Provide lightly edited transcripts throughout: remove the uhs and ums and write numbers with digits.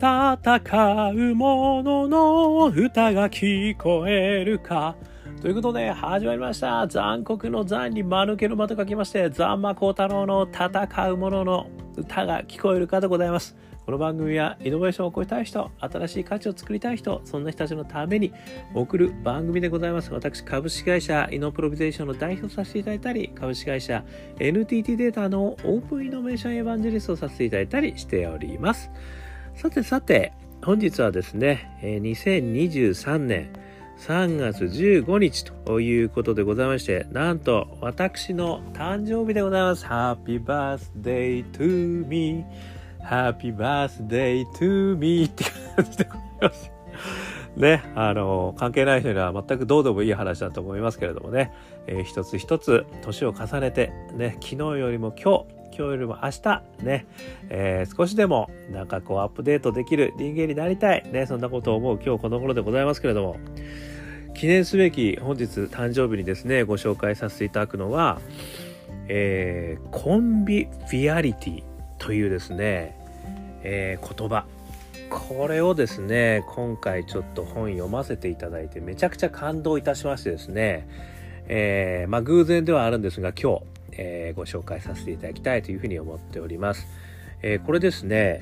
戦う者の歌が聞こえるか。ということで始まりました。残酷の残に間抜けの間と書きまして、残魔高太郎の戦う者の歌が聞こえるかでございます。この番組はイノベーションを起こしたい人、新しい価値を作りたい人、そんな人たちのために送る番組でございます。私、株式会社イノプロビゼーションの代表させていただいたり、株式会社 NTT データのオープンイノベーションエヴァンジェリストをさせていただいたりしております。さて、本日はですね、2023年3月15日ということでございまして、なんと私の誕生日でございます。Happy birthday to me Happy birthday to me って感じでございます。ね、関係ない人には全くどうでもいい話だと思いますけれどもね、一つ一つ年を重ねて、ね、昨日よりも今日よりも明日ね、少しでもなんかこうアップデートできる人間になりたいね、そんなことを思う今日この頃でございますけれども、記念すべき本日誕生日にですねご紹介させていただくのは、コンビビアリティというですね、言葉、これをですね今回ちょっと本読ませていただいてめちゃくちゃ感動いたしましてですね、偶然ではあるんですが今日ご紹介させていただきたいというふうに思っております。これですね、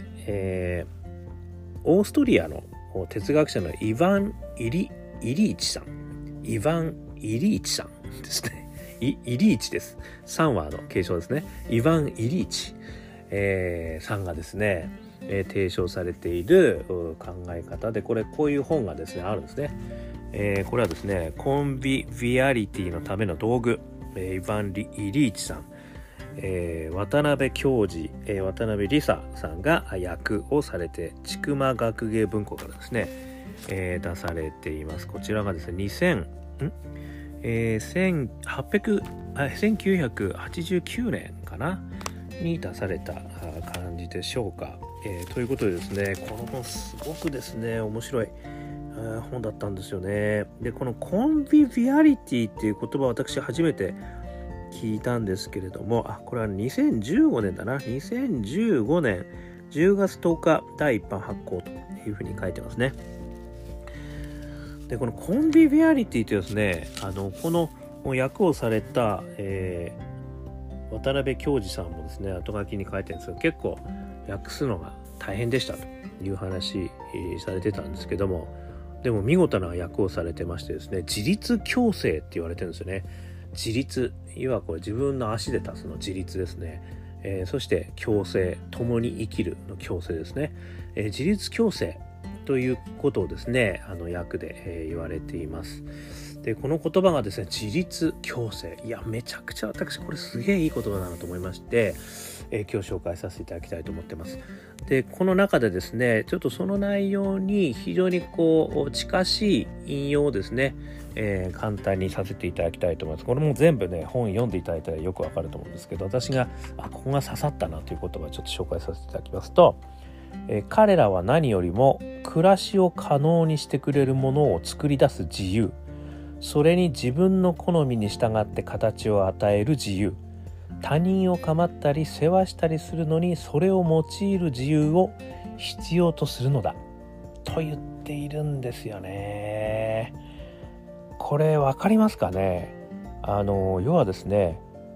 オーストリアの哲学者のイヴァン・イリーチさんですね。イリーチです。3は継承ですね。イヴァン・イリーチ、さんがですね、提唱されている考え方で、こういう本がですねあるんですね。これはですねコンビビアリティのための道具、イヴァン・イリーチさん、渡辺教授、渡辺理沙さんが訳をされて、千曲学芸文庫からですね、出されています。こちらがですね1989年かなに出された感じでしょうか。ということでですね、この本すごくですね面白い本だったんですよね。で、このコンビビアリティっていう言葉を私初めて聞いたんですけれども、これは2015年だな。2015年10月10日第一版発行というふうに書いてますね。で、このコンビビアリティというですね、この訳をされた、渡辺教授さんもですね後書きに書いてるんですけど、結構訳すのが大変でしたという話、されてたんですけども、でも見事な訳をされてましてですね、自立共生って言われてるんですよね。自立、いわばこれ自分の足で立つの自立ですね。そして共生、共に生きるの共生ですね。自立共生ということをですね訳で、言われています。で、この言葉がですね自立共生、いやめちゃくちゃ私これすげえいい言葉だなと思いまして、今日紹介させていただきたいと思ってます。で、この中でですねちょっとその内容に非常に近しい引用をですね、簡単にさせていただきたいと思います。これも全部ね本読んでいただいたらよくわかると思うんですけど、私がここが刺さったなという言葉をちょっと紹介させていただきますと、彼らは何よりも暮らしを可能にしてくれるものを作り出す自由、それに自分の好みに従って形を与える自由、他人を構ったり世話したりするのにそれを用いる自由を必要とするのだと言っているんですよね。これ分かりますかね。要はですね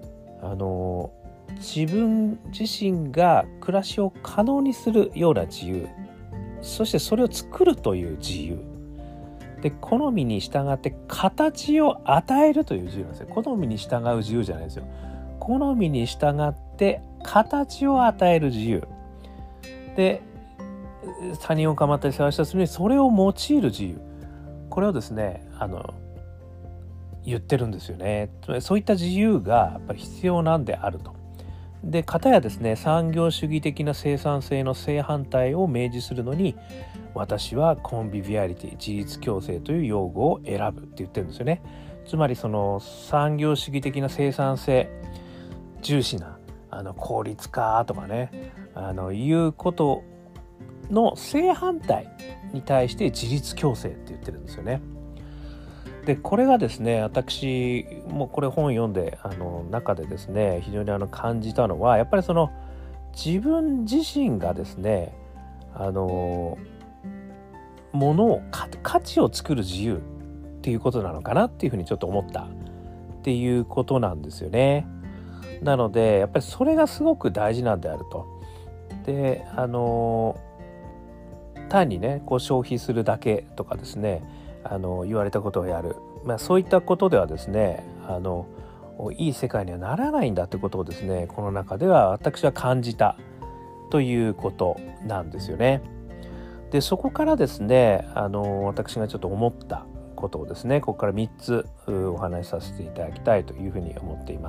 自分自身が暮らしを可能にするような自由、そしてそれを作るという自由で、好みに従って形を与えるという自由なんですよ。好みに従う自由じゃないですよ。好みに従って形を与える自由で、他人を構ったり世話したりするのにそれを用いる自由、これをですね言ってるんですよね。つまりそういった自由がやっぱり必要なんであると。で、片やですね産業主義的な生産性の正反対を明示するのに、私はコンビビアリティ、自立共生という用語を選ぶって言ってるんですよね。つまりその産業主義的な生産性重視な効率化とかねいうことの正反対に対して自立共生って言ってるんですよね。で、これがですね私もこれ本読んで中でですね非常に感じたのは、やっぱりその自分自身がですね物を価値を作る自由っていうことなのかなっていうふうにちょっと思ったっていうことなんですよね。なのでやっぱりそれがすごく大事なんであると。で単にねこう消費するだけとかですね言われたことをやる、そういったことではですねいい世界にはならないんだってことをですねこの中では私は感じたということなんですよね。でそこからですね私がちょっと思ったことをですねここから3つお話しさせていただきたいというふうに思っています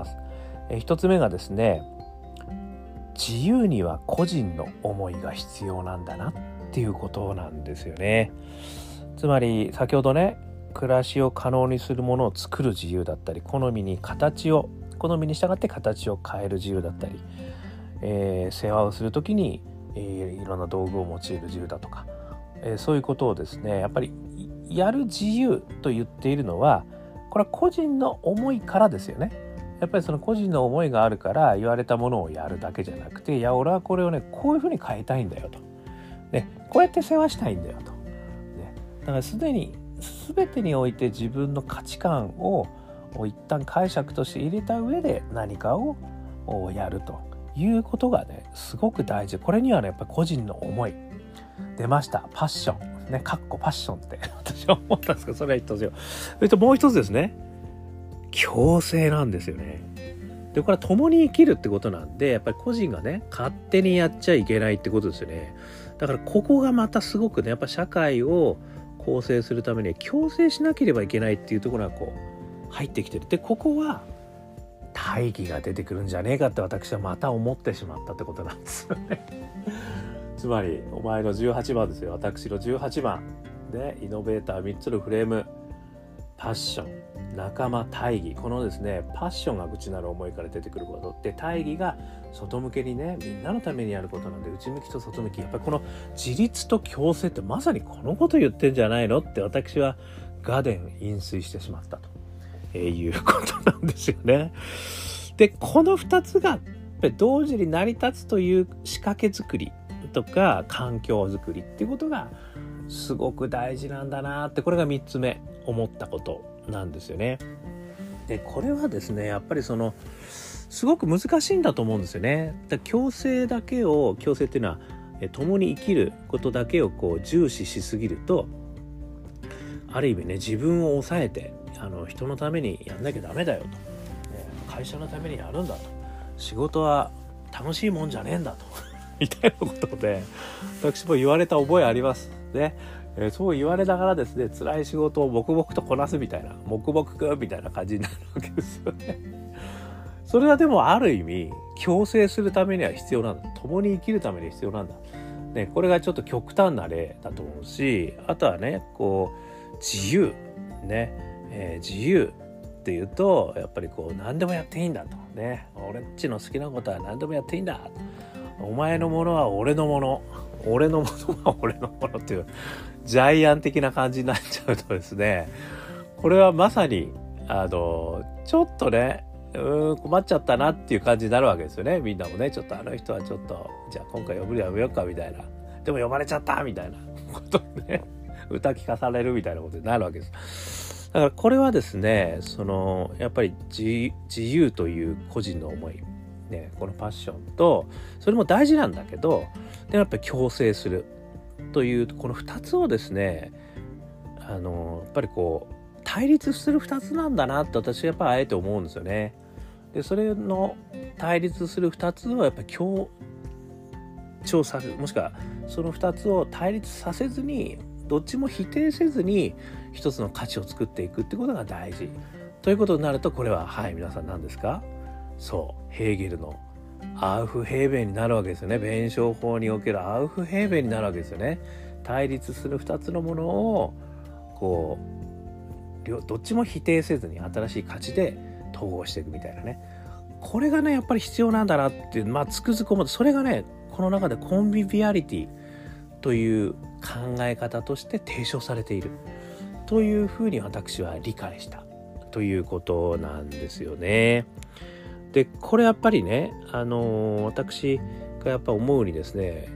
。1つ目がですね、自由には個人の思いが必要なんだなっていうことなんですよね。つまり先ほどね暮らしを可能にするものを作る自由だったり好みに従って形を変える自由だったり、世話をするときに、いろんな道具を用いる自由だとか、そういうことをですねやっぱりやる自由と言っているのはこれは個人の思いからですよね。やっぱりその個人の思いがあるから言われたものをやるだけじゃなくて、いや俺はこれをねこういうふうに変えたいんだよと、ね、こうやって世話したいんだよと、ね、だから全てにおいて自分の価値観を一旦解釈として入れた上で何かをやるということがねすごく大事。これにはねやっぱり個人の思い出ました。パッションね、パッションって私は思ったんですけど、それは一つよ。それともう一つですね、共生なんですよね。でこれは共に生きるってことなんで、やっぱり個人がね勝手にやっちゃいけないってことですよね。だからここがまたすごくねやっぱ社会を構成するために共生しなければいけないっていうところがこう入ってきてる。でここは大義が出てくるんじゃねえかって私はまた思ってしまったってことなんですよね。つまりお前の18番ですよ。私の18番でイノベーター3つのフレーム、パッション、仲間、大義。このですねパッションが内なる思いから出てくることで、大義が外向けにねみんなのためにやることなんで、内向きと外向き、やっぱりこの自立と共生ってまさにこのこと言ってんじゃないのって私はガデン飲水してしまったということなんですよね。でこの2つがやっぱり同時に成り立つという仕掛け作りとか環境づくりっていうことがすごく大事なんだなって、これが3つ目思ったことなんですよね。でこれはですねやっぱりすごく難しいんだと思うんですよね。共生っていうのは共に生きることだけをこう重視しすぎると、ある意味ね自分を抑えて人のためにやんなきゃダメだよと、会社のためにやるんだと、仕事は楽しいもんじゃねえんだとみたいなことで私も言われた覚えありますね。そう言われながらですね辛い仕事を黙々とこなすみたいな、黙々くみたいな感じになるわけですよね。それはでもある意味共生するためには必要なんだ、共に生きるために必要なんだ、ね、これがちょっと極端な例だと思うし、あとはねこう自由ね、自由っていうとやっぱりこう何でもやっていいんだとね、俺っちの好きなことは何でもやっていいんだ、お前のものは俺のもの、俺のものは俺のものっていうジャイアン的な感じになっちゃうとですね、これはまさにちょっとね困っちゃったなっていう感じになるわけですよね。みんなもねちょっとあの人はちょっとじゃあ今回呼ぶのやめようかみたいな、でも呼ばれちゃったみたいなことをね歌聞かされるみたいなことになるわけです。だからこれはですねやっぱり自由という個人の思いね、このパッションとそれも大事なんだけど、でやっぱり共生するというこの2つをですねやっぱりこう対立する2つなんだなって私はやっぱりあえて思うんですよね。でそれの対立する2つをやっぱり協調させる、もしくはその2つを対立させずにどっちも否定せずに一つの価値を作っていくってことが大事ということになると、これは皆さん何ですか？そうヘーゲルのアウフヘーベンになるわけですよね。弁証法におけるアウフヘーベンになるわけですよね。対立する2つのものをこうどっちも否定せずに新しい価値で統合していくみたいなね、これがねやっぱり必要なんだなってつくづく思って、それがねこの中でコンビビアリティという考え方として提唱されているというふうに私は理解したということなんですよね。でこれやっぱりね私がやっぱ思うにですね、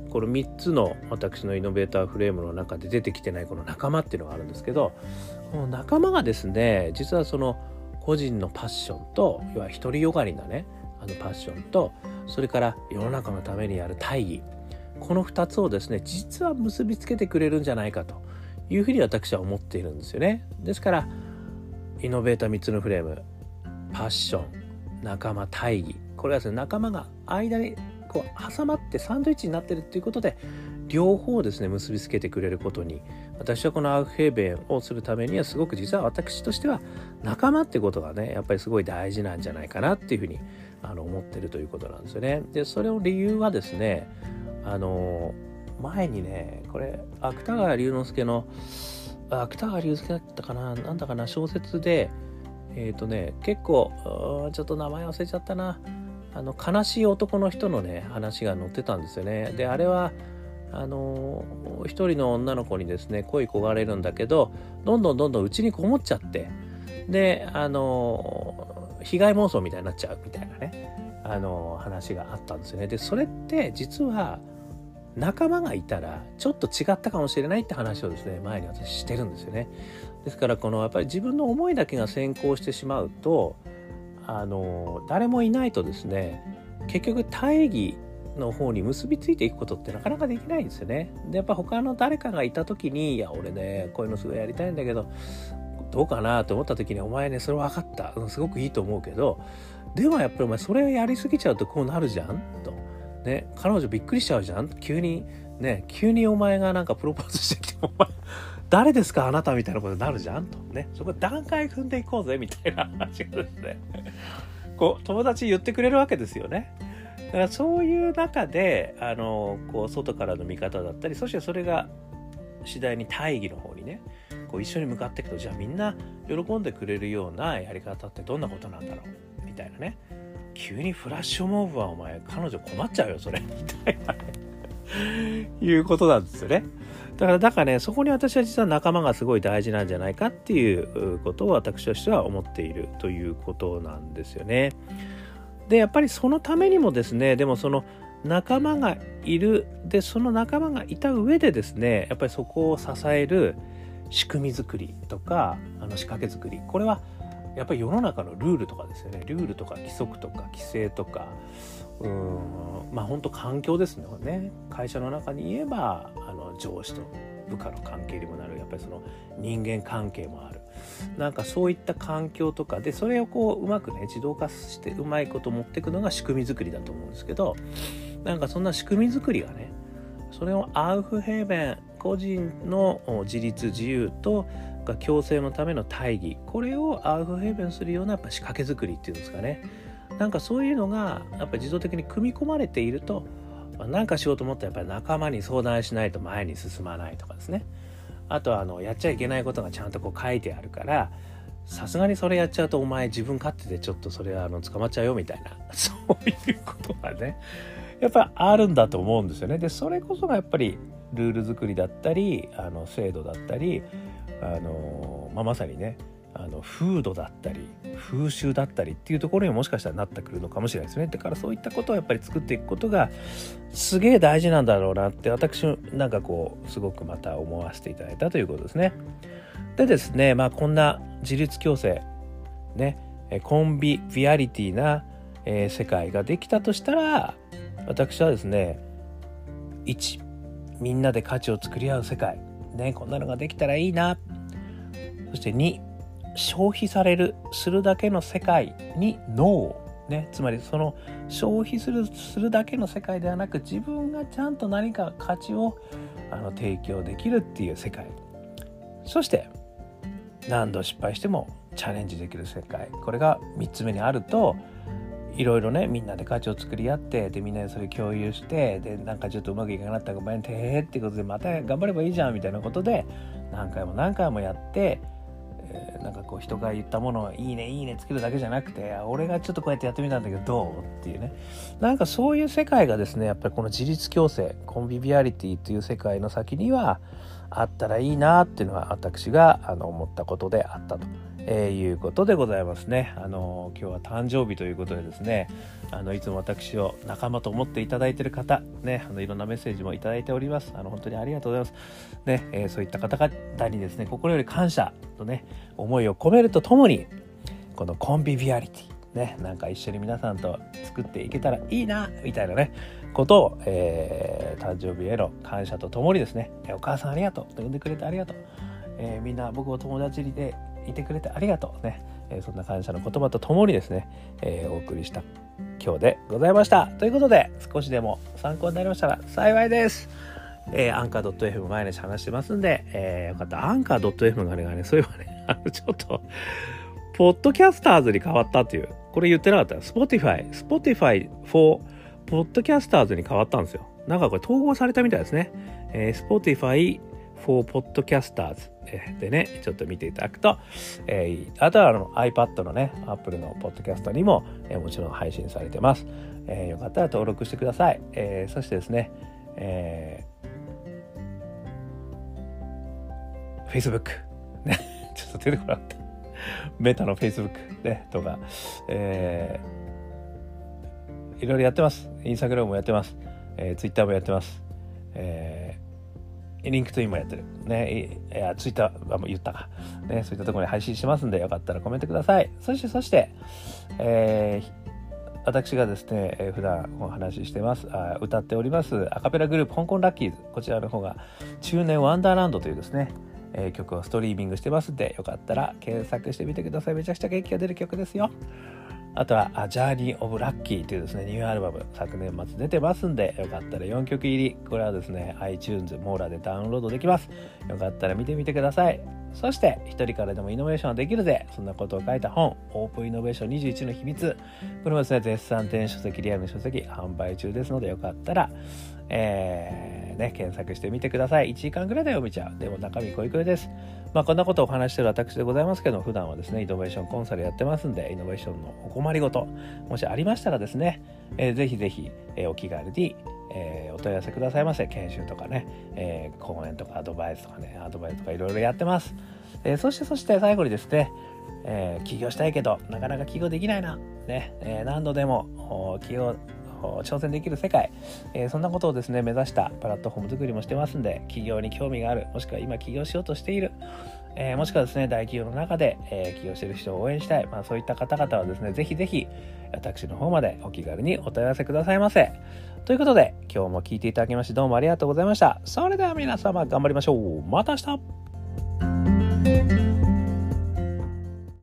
この3つの私のイノベーターフレームの中で出てきてないこの仲間っていうのがあるんですけど、この仲間がですね、実はその個人のパッションと、要は独りよがりなねパッションと、それから世の中のためにやる大義、この2つをですね実は結びつけてくれるんじゃないかというふうに私は思っているんですよね。ですからイノベーター3つのフレーム、パッション、仲間、大義、これはですね仲間が間にこう挟まってサンドイッチになっているということで、両方ですね結びつけてくれることに、私はこのアウフヘーベンをするためにはすごく実は私としては仲間ってことがねやっぱりすごい大事なんじゃないかなっていうふうに思ってるということなんですよね。でそれの理由はですね、前にねこれ芥川龍之介の芥川龍之介だったかな、なんだかな、小説で結構ちょっと名前忘れちゃったな、悲しい男の人のね話が載ってたんですよね。であれは一人の女の子にですね恋焦がれるんだけど、どんどんうちにこもっちゃって、で被害妄想みたいになっちゃうみたいなね話があったんですよね。でそれって実は仲間がいたらちょっと違ったかもしれないって話をですね前に私してるんですよね。ですからこのやっぱり自分の思いだけが先行してしまうと誰もいないとですね結局大義の方に結びついていくことってなかなかできないんですよね。でやっぱ他の誰かがいた時に、いや俺ねこういうのすごいやりたいんだけどどうかなと思った時に、お前ねそれ分かった、すごくいいと思うけど、でもやっぱりお前それをやりすぎちゃうとこうなるじゃんとね、彼女びっくりしちゃうじゃん、急にお前がなんかプロポーズしてきてお前誰ですかあなたみたいなことになるじゃんとね、そこ段階踏んでいこうぜみたいな話がですねこう友達言ってくれるわけですよね。だからそういう中でこう外からの見方だったり、そしてそれが次第に大義の方にねこう一緒に向かっていくと、じゃあみんな喜んでくれるようなやり方ってどんなことなんだろうみたいなね、急にフラッシュモブはお前彼女困っちゃうよそれみたいないうことなんですよね。だからねそこに私は実は仲間がすごい大事なんじゃないかっていうことを私としては思っているということなんですよね。でやっぱりそのためにもですね、でもその仲間がいる、でその仲間がいた上でですねやっぱりそこを支える仕組み作りとか仕掛け作り、これはやっぱり世の中のルールとかですよね。ルールとか規則とか規制とか本当環境ですね。会社の中に言えば上司と部下の関係にもなる、やっぱりその人間関係もある、なんかそういった環境とかでそれをこううまくね自動化してうまいこと持っていくのが仕組み作りだと思うんですけど、なんかそんな仕組み作りがね、それをアウフヘーベン、個人の自立自由と共生のための大義、これをアウフヘーベンするようなやっぱ仕掛け作りっていうんですかね、なんかそういうのがやっぱり自動的に組み込まれていると、なんかしようと思ったらやっぱり仲間に相談しないと前に進まないとかですね、あとはやっちゃいけないことがちゃんとこう書いてあるから、さすがにそれやっちゃうとお前自分勝手でちょっとそれは捕まっちゃうよみたいな、そういうことがねやっぱりあるんだと思うんですよね。でそれこそがやっぱりルール作りだったり制度だったりまさにね風土だったり風習だったりっていうところにもしかしたらなってくるのかもしれないですね。だからそういったことをやっぱり作っていくことがすげえ大事なんだろうなって私なんかこうすごくまた思わせていただいたということですね。でですね、こんな自律共生ねコンビビアリティな、世界ができたとしたら、私はですね1、みんなで価値を作り合う世界ね、こんなのができたらいいな。そして2、消費するだけの世界にノー、ね、つまりその消費するだけの世界ではなく、自分がちゃんと何か価値を提供できるっていう世界、そして何度失敗してもチャレンジできる世界、これが3つ目にあると、いろいろねみんなで価値を作り合って、でみんなでそれ共有して、でなんかちょっとうまくいかなかったらごめんてーっていうことでまた頑張ればいいじゃんみたいなことで何回もやって、なんかこう人が言ったものをいいねつけるだけじゃなくて、俺がちょっとこうやってやってみたんだけどどうっていうね、なんかそういう世界がですねやっぱりこの自律共生コンビビアリティという世界の先にはあったらいいなっていうのは私が思ったことであったということでございますね。今日は誕生日ということでですね、いつも私を仲間と思っていただいている方ね、いろんなメッセージもいただいております。本当にありがとうございますね。そういった方々にですね、心より感謝とね思いを込めるとともに、このコンビビアリティね、なんか一緒に皆さんと作っていけたらいいなみたいなねことを、誕生日への感謝とともにですね、お母さんありがとうと呼んでくれてありがとう、みんな僕を友達でいてくれてありがとうね、そんな感謝の言葉とともにですね、お送りした今日でございました。ということで、少しでも参考になりましたら幸いです。アンカー .fm 毎日話してますんで、よかったらアンカー .fm がね、そういえばね、ちょっとポッドキャスターズに変わったっていう、これ言ってなかったら Spotify for ポッドキャスターズに変わったんですよ。なんかこれ統合されたみたいですね。Spotify for Podcasters でね、ちょっと見ていただくと、あとはiPad のね、Apple のポッドキャストにも、もちろん配信されてます。よかったら登録してください。そしてですね、Facebook ね、ちょっと出てこなかった。メタの Facebook ねとか、いろいろやってます。インスタグラムもやってます。ツイッターもやってます。リンクトインもやってるね。ツイッターも言ったかね。そういったところに配信してますんで、よかったらコメントください。そして、私がですね、普段お話ししてます、歌っておりますアカペラグループ香港ラッキーズ、こちらの方が中年ワンダーランドというですね、曲をストリーミングしてますんで、よかったら検索してみてください。めちゃくちゃ元気が出る曲ですよ。あとはジャーニーオブラッキーというですね、ニューアルバム昨年末出てますんで、よかったら4曲入り、これはですね iTunes モーラでダウンロードできます。よかったら見てみてください。そして一人からでもイノベーションはできるぜ、そんなことを書いた本、オープンイノベーション21の秘密、これもですね絶賛電子書籍、リアルの書籍販売中ですので、よかったら検索してみてください。1時間ぐらいで読めちゃう。でも中身濃い濃いです。こんなことをお話している私でございますけど、普段はですねイノベーションコンサルやってますんで、イノベーションのお困りごともしありましたらですね、ぜひぜひ、お気軽に、お問い合わせくださいませ。研修とかね、講演とかアドバイスとかいろいろやってます。そして最後にですね、起業したいけどなかなか起業できないな、ね、何度でも起業挑戦できる世界、そんなことをですね目指したプラットフォーム作りもしてますんで、起業に興味がある、もしくは今起業しようとしている、もしくはですね大企業の中で、起業している人を応援したい、そういった方々はですねぜひぜひ私の方までお気軽にお問い合わせくださいませ。ということで、今日も聞いていただきましてどうもありがとうございました。それでは皆様頑張りましょう。また明日。